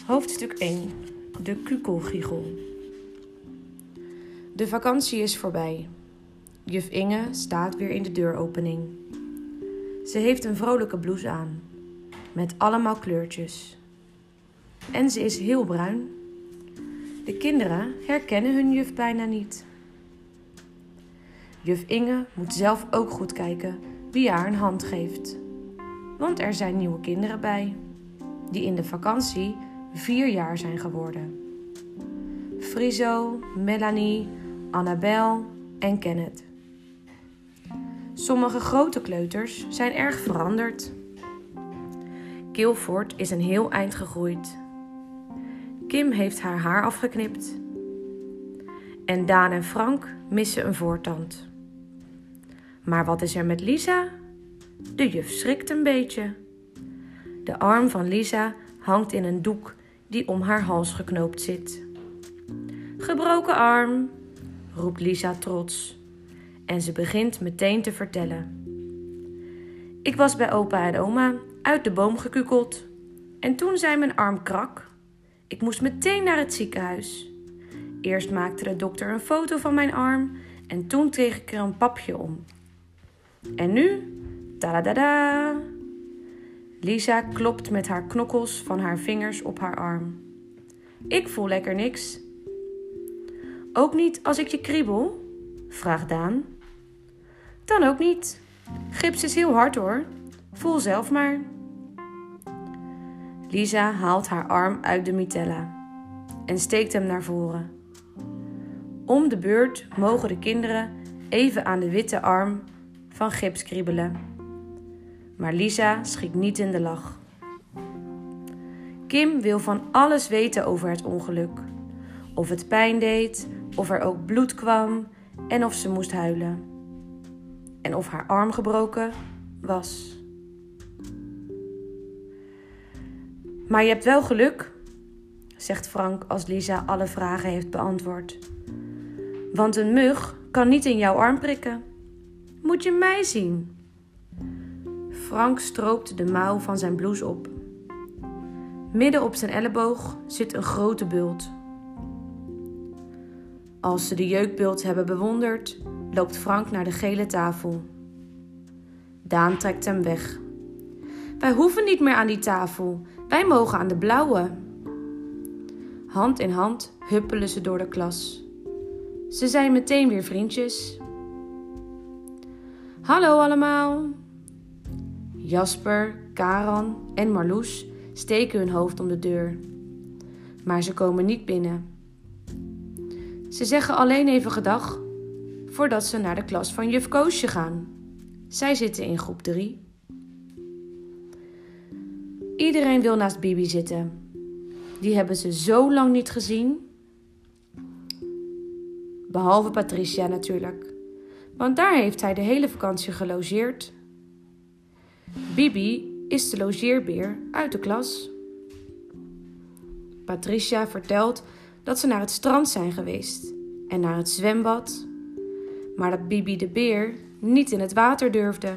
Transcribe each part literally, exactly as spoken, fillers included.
Hoofdstuk één. De kukelgiegel. De vakantie is voorbij. Juf Inge staat weer in de deuropening. Ze heeft een vrolijke blouse aan, met allemaal kleurtjes. En ze is heel bruin. De kinderen herkennen hun juf bijna niet. Juf Inge moet zelf ook goed kijken wie haar een hand geeft. Want er zijn nieuwe kinderen bij, die in de vakantie vier jaar zijn geworden. Friso, Melanie, Annabel en Kenneth. Sommige grote kleuters zijn erg veranderd. Kilford is een heel eind gegroeid. Kim heeft haar haar afgeknipt. En Daan en Frank missen een voortand. Maar wat is er met Lisa? De juf schrikt een beetje. De arm van Lisa hangt in een doek die om haar hals geknoopt zit. Gebroken arm, roept Lisa trots. En ze begint meteen te vertellen. Ik was bij opa en oma uit de boom gekukeld. En toen zei mijn arm krak. Ik moest meteen naar het ziekenhuis. Eerst maakte de dokter een foto van mijn arm en toen kreeg ik er een papje om. En nu, tadadada! Lisa klopt met haar knokkels van haar vingers op haar arm. Ik voel lekker niks. Ook niet als ik je kriebel? Vraagt Daan. Dan ook niet. Gips is heel hard hoor. Voel zelf maar. Lisa haalt haar arm uit de mitella en steekt hem naar voren. Om de beurt mogen de kinderen even aan de witte arm van gips kriebelen. Maar Lisa schiet niet in de lach. Kim wil van alles weten over het ongeluk. Of het pijn deed, of er ook bloed kwam en of ze moest huilen. En of haar arm gebroken was. Maar je hebt wel geluk, zegt Frank als Lisa alle vragen heeft beantwoord. Want een mug kan niet in jouw arm prikken. Moet je mij zien? Frank stroopt de mouw van zijn blouse op. Midden op zijn elleboog zit een grote bult. Als ze de jeukbult hebben bewonderd, loopt Frank naar de gele tafel. Daan trekt hem weg. Wij hoeven niet meer aan die tafel. Wij mogen aan de blauwe. Hand in hand huppelen ze door de klas. Ze zijn meteen weer vriendjes. Hallo allemaal. Jasper, Karan en Marloes steken hun hoofd om de deur. Maar ze komen niet binnen. Ze zeggen alleen even gedag voordat ze naar de klas van juf Koosje gaan. Zij zitten in groep drie. Iedereen wil naast Bibi zitten. Die hebben ze zo lang niet gezien. Behalve Patricia natuurlijk. Want daar heeft hij de hele vakantie gelogeerd. Bibi is de logeerbeer uit de klas. Patricia vertelt dat ze naar het strand zijn geweest en naar het zwembad. Maar dat Bibi de beer niet in het water durfde.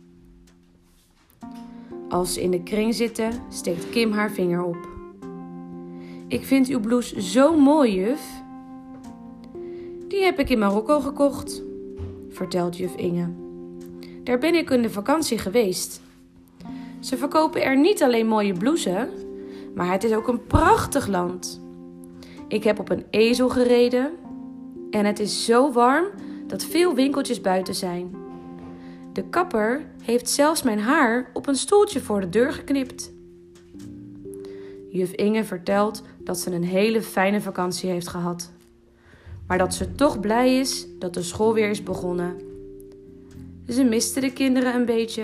Als ze in de kring zitten, steekt Kim haar vinger op. Ik vind uw blouse zo mooi, juf. Die heb ik in Marokko gekocht, vertelt juf Inge. Daar ben ik in de vakantie geweest. Ze verkopen er niet alleen mooie blouses, maar het is ook een prachtig land. Ik heb op een ezel gereden en het is zo warm dat veel winkeltjes buiten zijn. De kapper heeft zelfs mijn haar op een stoeltje voor de deur geknipt. Juf Inge vertelt dat ze een hele fijne vakantie heeft gehad. Maar dat ze toch blij is dat de school weer is begonnen. Ze miste de kinderen een beetje.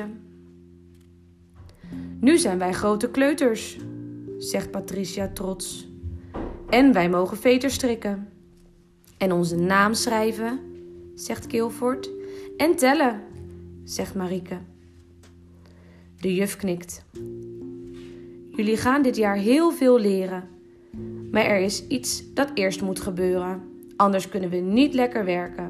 Nu zijn wij grote kleuters, zegt Patricia trots. En wij mogen veters strikken. En onze naam schrijven, zegt Kilford. En tellen, zegt Marieke. De juf knikt. Jullie gaan dit jaar heel veel leren. Maar er is iets dat eerst moet gebeuren. Anders kunnen we niet lekker werken.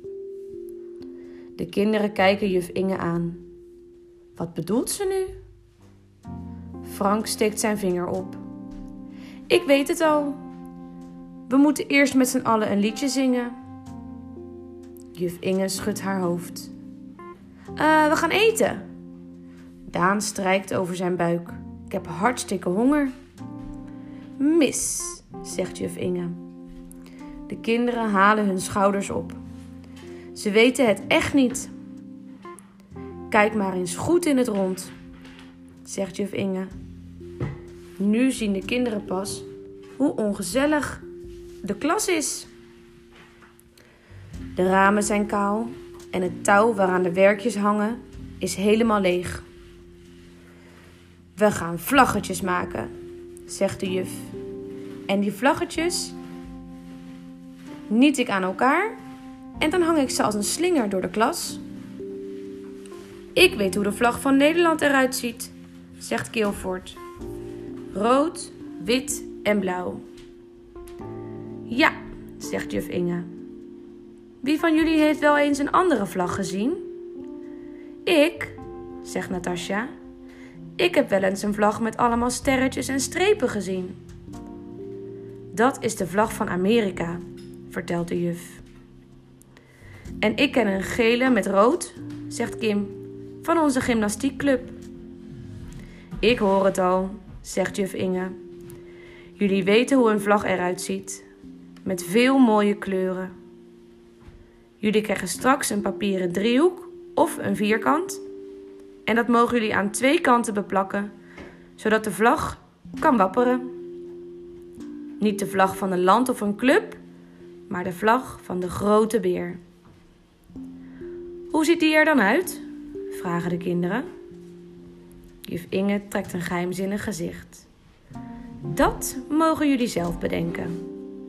De kinderen kijken juf Inge aan. Wat bedoelt ze nu? Frank steekt zijn vinger op. Ik weet het al. We moeten eerst met z'n allen een liedje zingen. Juf Inge schudt haar hoofd. Uh, we gaan eten. Daan strijkt over zijn buik. Ik heb hartstikke honger. Mis, zegt juf Inge. De kinderen halen hun schouders op. Ze weten het echt niet. Kijk maar eens goed in het rond, zegt juf Inge. Nu zien de kinderen pas hoe ongezellig de klas is. De ramen zijn kaal en het touw waaraan de werkjes hangen is helemaal leeg. We gaan vlaggetjes maken, zegt de juf. En die vlaggetjes niet ik aan elkaar en dan hang ik ze als een slinger door de klas. Ik weet hoe de vlag van Nederland eruit ziet, zegt Guilford. Rood, wit en blauw. Ja, zegt juf Inge. Wie van jullie heeft wel eens een andere vlag gezien? Ik, zegt Natasja. Ik heb wel eens een vlag met allemaal sterretjes en strepen gezien. Dat is de vlag van Amerika, vertelt de juf. En ik ken een gele met rood, zegt Kim, van onze gymnastiekclub. Ik hoor het al, zegt juf Inge. Jullie weten hoe een vlag eruit ziet, met veel mooie kleuren. Jullie krijgen straks een papieren driehoek of een vierkant. En dat mogen jullie aan twee kanten beplakken, zodat de vlag kan wapperen. Niet de vlag van een land of een club, maar de vlag van de grote beer. Hoe ziet die er dan uit? Vragen de kinderen. Juf Inge trekt een geheimzinnig gezicht. Dat mogen jullie zelf bedenken.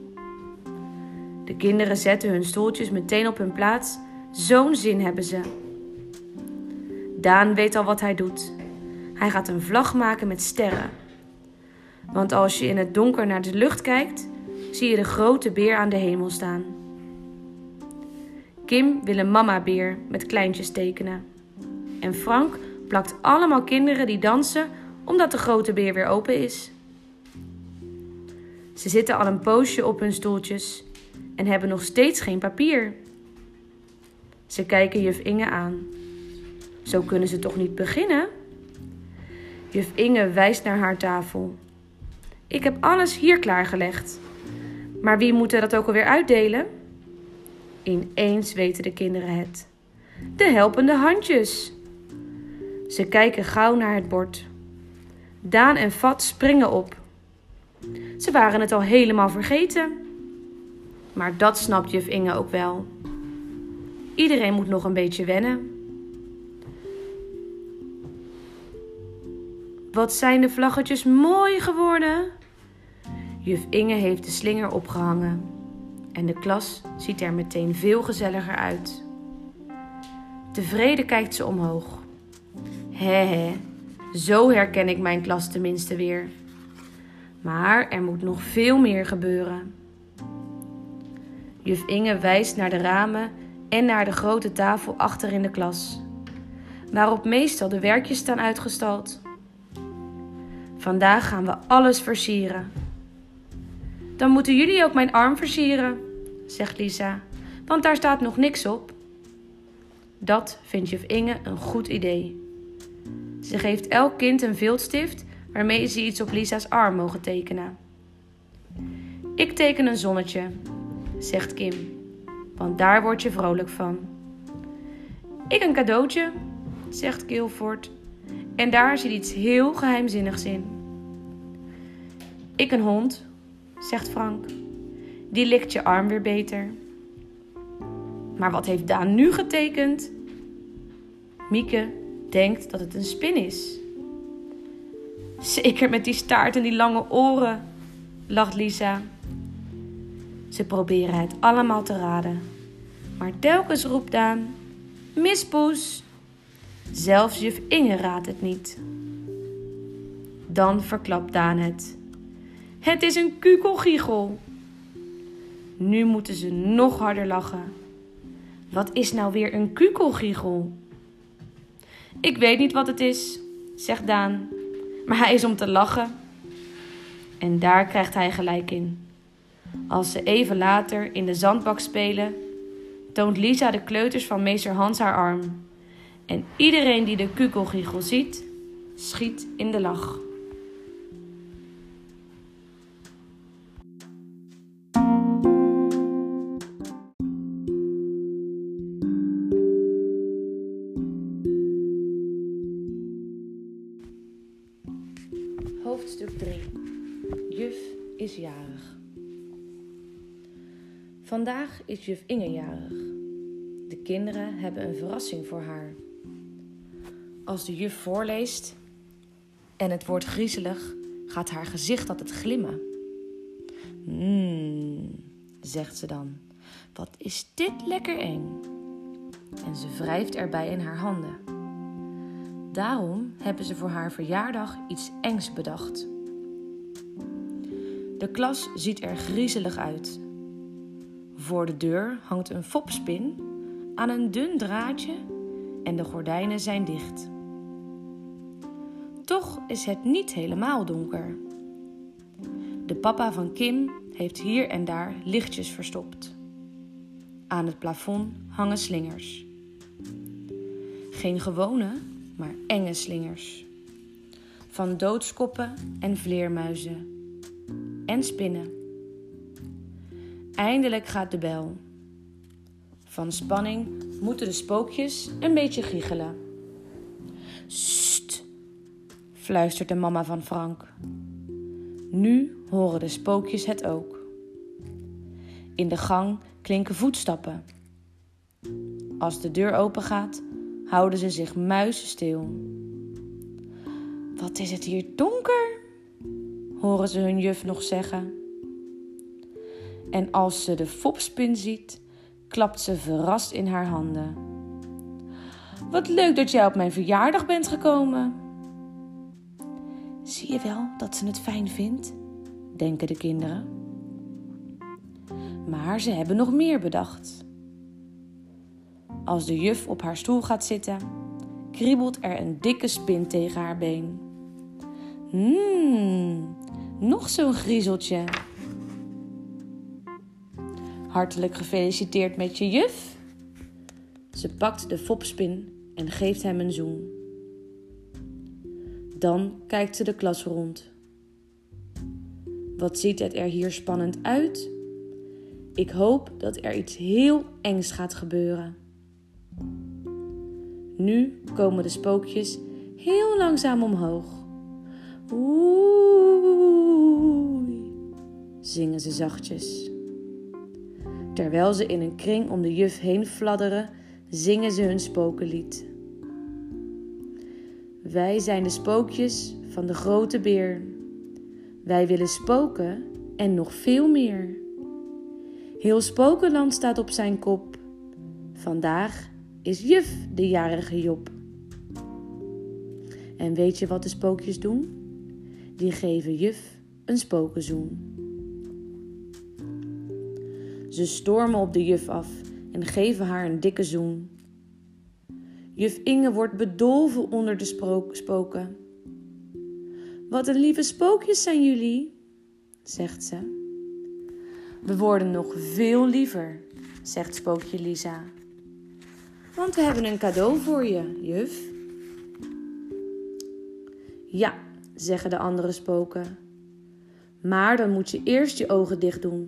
De kinderen zetten hun stoeltjes meteen op hun plaats. Zo'n zin hebben ze. Daan weet al wat hij doet. Hij gaat een vlag maken met sterren. Want als je in het donker naar de lucht kijkt, zie je de grote beer aan de hemel staan. Kim wil een mama-beer met kleintjes tekenen. En Frank plakt allemaal kinderen die dansen omdat de grote beer weer open is. Ze zitten al een poosje op hun stoeltjes en hebben nog steeds geen papier. Ze kijken juf Inge aan. Zo kunnen ze toch niet beginnen? Juf Inge wijst naar haar tafel. Ik heb alles hier klaargelegd. Maar wie moet er dat ook alweer uitdelen? Ineens weten de kinderen het. De helpende handjes. Ze kijken gauw naar het bord. Daan en Fat springen op. Ze waren het al helemaal vergeten. Maar dat snapt juf Inge ook wel. Iedereen moet nog een beetje wennen. Wat zijn de vlaggetjes mooi geworden. Juf Inge heeft de slinger opgehangen. En de klas ziet er meteen veel gezelliger uit. Tevreden kijkt ze omhoog. Hé hé, zo herken ik mijn klas tenminste weer. Maar er moet nog veel meer gebeuren. Juf Inge wijst naar de ramen en naar de grote tafel achter in de klas, waarop meestal de werkjes staan uitgestald. Vandaag gaan we alles versieren. Dan moeten jullie ook mijn arm versieren, zegt Lisa, want daar staat nog niks op. Dat vindt juf Inge een goed idee. Ze geeft elk kind een viltstift waarmee ze iets op Lisa's arm mogen tekenen. Ik teken een zonnetje, zegt Kim, want daar word je vrolijk van. Ik een cadeautje, zegt Guilford, en daar zit iets heel geheimzinnigs in. Ik een hond, zegt Frank, die likt je arm weer beter. Maar wat heeft Daan nu getekend? Mieke denkt dat het een spin is. Zeker met die staart en die lange oren, lacht Lisa. Ze proberen het allemaal te raden. Maar telkens roept Daan, Miss Poes. Zelfs juf Inge raadt het niet. Dan verklapt Daan het. Het is een kukelgiegel. Nu moeten ze nog harder lachen. Wat is nou weer een kukelgiegel? Ik weet niet wat het is, zegt Daan. Maar hij is om te lachen. En daar krijgt hij gelijk in. Als ze even later in de zandbak spelen, toont Lisa de kleuters van meester Hans haar arm. En iedereen die de kukelgiegel ziet, schiet in de lach. Hoofdstuk drie. Juf is jarig. Vandaag is juf Inge jarig. De kinderen hebben een verrassing voor haar. Als de juf voorleest en het wordt griezelig, gaat haar gezicht altijd glimmen. Mmm, zegt ze dan. Wat is dit lekker eng. En ze wrijft erbij in haar handen. Daarom hebben ze voor haar verjaardag iets engs bedacht. De klas ziet er griezelig uit. Voor de deur hangt een fopspin aan een dun draadje en de gordijnen zijn dicht. Toch is het niet helemaal donker. De papa van Kim heeft hier en daar lichtjes verstopt. Aan het plafond hangen slingers. Geen gewone, maar enge slingers. Van doodskoppen en vleermuizen. En spinnen. Eindelijk gaat de bel. Van spanning moeten de spookjes een beetje giechelen. Sst, fluistert de mama van Frank. Nu horen de spookjes het ook. In de gang klinken voetstappen. Als de deur opengaat, houden ze zich muisstil. Wat is het hier donker, horen ze hun juf nog zeggen. En als ze de fopspin ziet, klapt ze verrast in haar handen. Wat leuk dat jij op mijn verjaardag bent gekomen. Zie je wel dat ze het fijn vindt, denken de kinderen. Maar ze hebben nog meer bedacht. Als de juf op haar stoel gaat zitten, kriebelt er een dikke spin tegen haar been. Mmm, nog zo'n griezeltje. Hartelijk gefeliciteerd met je juf. Ze pakt de fopspin en geeft hem een zoen. Dan kijkt ze de klas rond. Wat ziet het er hier spannend uit? Ik hoop dat er iets heel engs gaat gebeuren. Nu komen de spookjes heel langzaam omhoog. Oei, zingen ze zachtjes. Terwijl ze in een kring om de juf heen fladderen, zingen ze hun spokenlied. Wij zijn de spookjes van de grote beer. Wij willen spoken en nog veel meer. Heel Spokenland staat op zijn kop. Vandaag is juf de jarige Job. En weet je wat de spookjes doen? Die geven juf een spokenzoen. Ze stormen op de juf af en geven haar een dikke zoen. Juf Inge wordt bedolven onder de sprook- spoken. Wat een lieve spookjes zijn jullie, zegt ze. We worden nog veel liever, zegt spookje Lisa. Want we hebben een cadeau voor je, juf. Ja, zeggen de andere spoken. Maar dan moet je eerst je ogen dicht doen.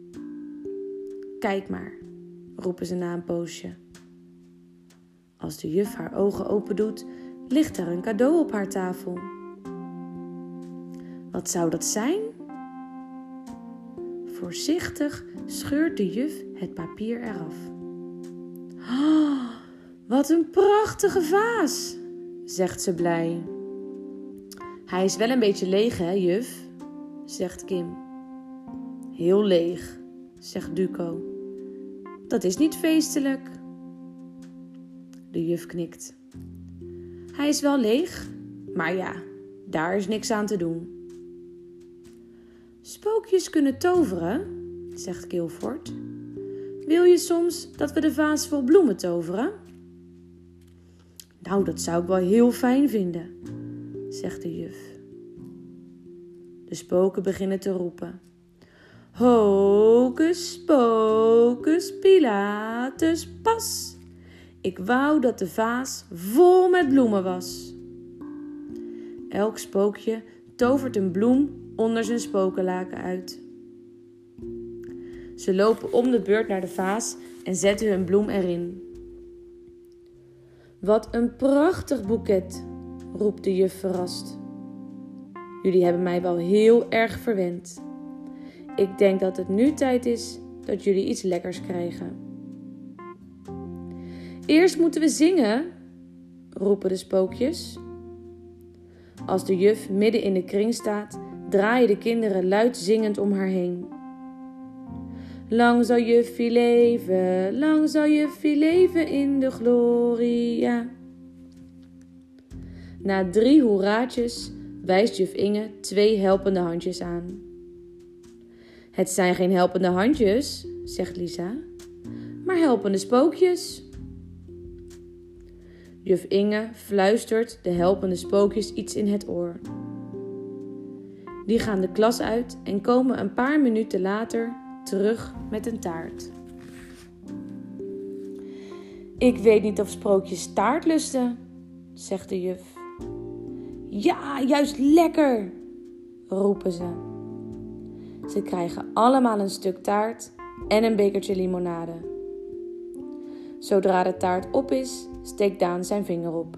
Kijk maar, roepen ze na een poosje. Als de juf haar ogen open doet, ligt er een cadeau op haar tafel. Wat zou dat zijn? Voorzichtig scheurt de juf het papier eraf. Oh, wat een prachtige vaas, zegt ze blij. Hij is wel een beetje leeg, hè, juf, zegt Kim. Heel leeg, zegt Duco. Dat is niet feestelijk. De juf knikt. Hij is wel leeg, maar ja, daar is niks aan te doen. Spookjes kunnen toveren, zegt Kilford. Wil je soms dat we de vaas vol bloemen toveren? Nou, dat zou ik wel heel fijn vinden, zegt de juf. De De spoken beginnen te roepen. Hocus pocus Pilatus pas. Ik wou dat de vaas vol met bloemen was. Elk spookje tovert een bloem onder zijn spokenlaken uit. Ze lopen om de beurt naar de vaas en zetten hun bloem erin. Wat een prachtig boeket, roept de juf verrast. Jullie hebben mij wel heel erg verwend. Ik denk dat het nu tijd is dat jullie iets lekkers krijgen. Eerst moeten we zingen, roepen de spookjes. Als de juf midden in de kring staat, draaien de kinderen luid zingend om haar heen. Lang zal juffie leven, lang zal juffie leven in de gloria. Na drie hoeraatjes wijst juf Inge twee helpende handjes aan. Het zijn geen helpende handjes, zegt Lisa, maar helpende spookjes. Juf Inge fluistert de helpende spookjes iets in het oor. Die gaan de klas uit en komen een paar minuten later terug met een taart. Ik weet niet of sprookjes taart lusten, zegt de juf. Ja, juist lekker, roepen ze. Ze krijgen allemaal een stuk taart en een bekertje limonade. Zodra de taart op is, steekt Daan zijn vinger op.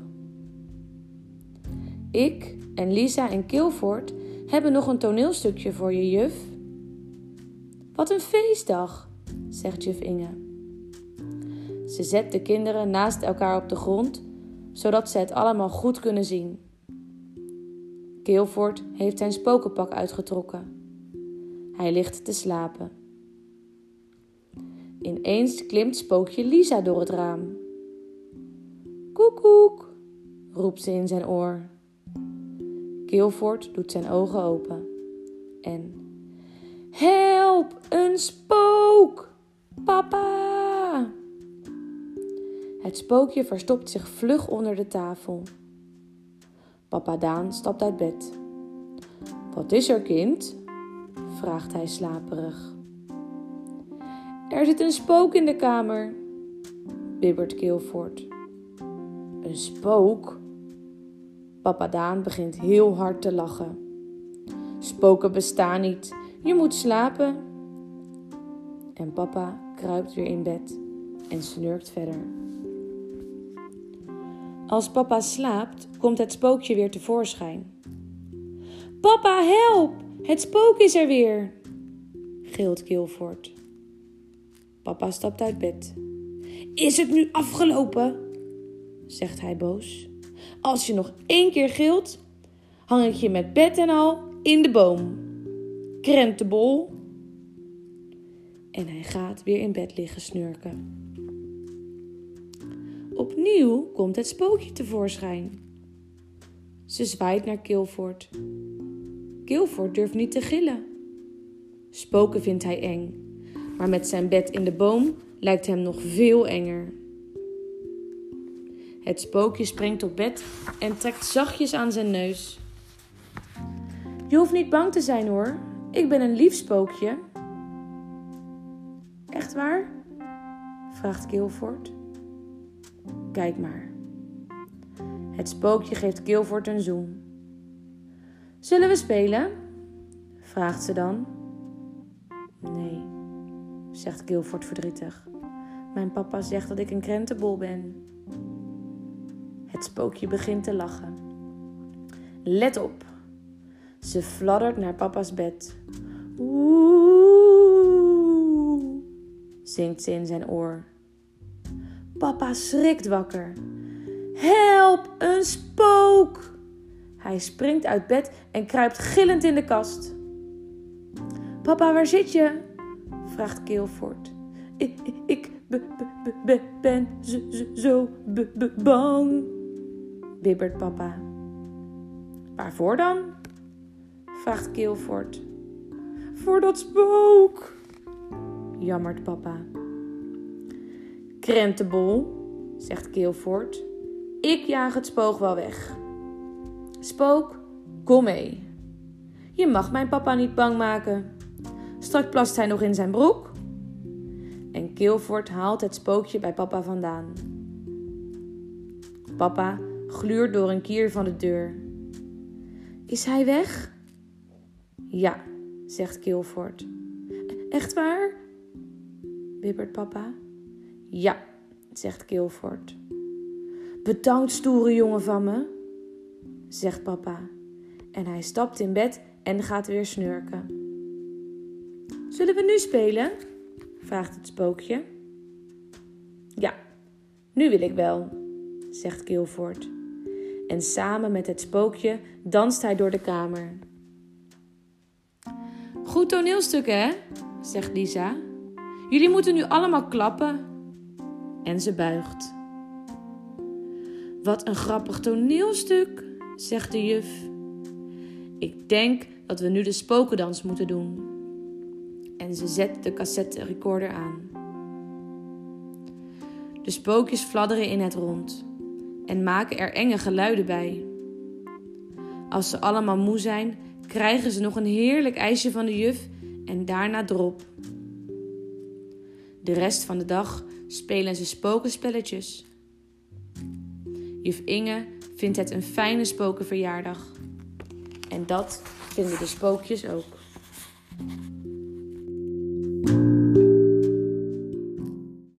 Ik en Lisa en Kilford hebben nog een toneelstukje voor je, juf. Wat een feestdag, zegt juf Inge. Ze zet de kinderen naast elkaar op de grond, zodat ze het allemaal goed kunnen zien. Kilford heeft zijn spokenpak uitgetrokken. Hij ligt te slapen. Ineens klimt spookje Lisa door het raam. Koekoek, roept ze in zijn oor. Kilford doet zijn ogen open. En... Help, een spook! Papa! Het spookje verstopt zich vlug onder de tafel. Papa Daan stapt uit bed. Wat is er, kind? Vraagt hij slaperig. Er zit een spook in de kamer, bibbert Kilford. Een spook? Papa Daan begint heel hard te lachen. Spoken bestaan niet, je moet slapen. En papa kruipt weer in bed en snurkt verder. Als papa slaapt, komt het spookje weer tevoorschijn. Papa, help! Het spook is er weer! Gilt Kilford. Papa stapt uit bed. Is het nu afgelopen? Zegt hij boos. Als je nog één keer gilt, hang ik je met bed en al in de boom. Krentenbol. En hij gaat weer in bed liggen snurken. Opnieuw komt het spookje tevoorschijn. Ze zwaait naar Kilford. Kilford durft niet te gillen. Spoken vindt hij eng, maar met zijn bed in de boom lijkt hem nog veel enger. Het spookje springt op bed en trekt zachtjes aan zijn neus. Je hoeft niet bang te zijn hoor, ik ben een lief spookje. Echt waar? Vraagt Kilford. Kijk maar. Het spookje geeft Kilford een zoen. Zullen we spelen? Vraagt ze dan. Nee, zegt Kilford verdrietig. Mijn papa zegt dat ik een krentenbol ben. Het spookje begint te lachen. Let op. Ze fladdert naar papa's bed. Oeh, zingt ze in zijn oor. Papa schrikt wakker. Help, een spook! Hij springt uit bed en kruipt gillend in de kast. Papa, waar zit je? Vraagt Kilford. Ik, ik be, be, be, ben zo, zo be, be, bang, bibbert papa. Waarvoor dan? Vraagt Kilford. Voor dat spook, jammert papa. Krentenbol, zegt Kilford. Ik jaag het spook wel weg. Spook, kom mee. Je mag mijn papa niet bang maken. Straks plast hij nog in zijn broek. En Kilford haalt het spookje bij papa vandaan. Papa gluurt door een kier van de deur. Is hij weg? Ja, zegt Kilford. Echt waar? Bibbert papa. Ja, zegt Kilford. Bedankt, stoere jongen van me, zegt papa. En hij stapt in bed en gaat weer snurken. Zullen we nu spelen? Vraagt het spookje. Ja, nu wil ik wel, zegt Kilford. En samen met het spookje danst hij door de kamer. Goed toneelstuk, hè? Zegt Lisa. Jullie moeten nu allemaal klappen. En ze buigt. Wat een grappig toneelstuk, zegt de juf. Ik denk dat we nu de spokendans moeten doen. En ze zet de cassette recorder aan. De spookjes fladderen in het rond en maken er enge geluiden bij. Als ze allemaal moe zijn, krijgen ze nog een heerlijk ijsje van de juf en daarna drop. De rest van de dag spelen ze spokenspelletjes. Juf Inge vindt het een fijne spokenverjaardag. En dat vinden de spookjes ook.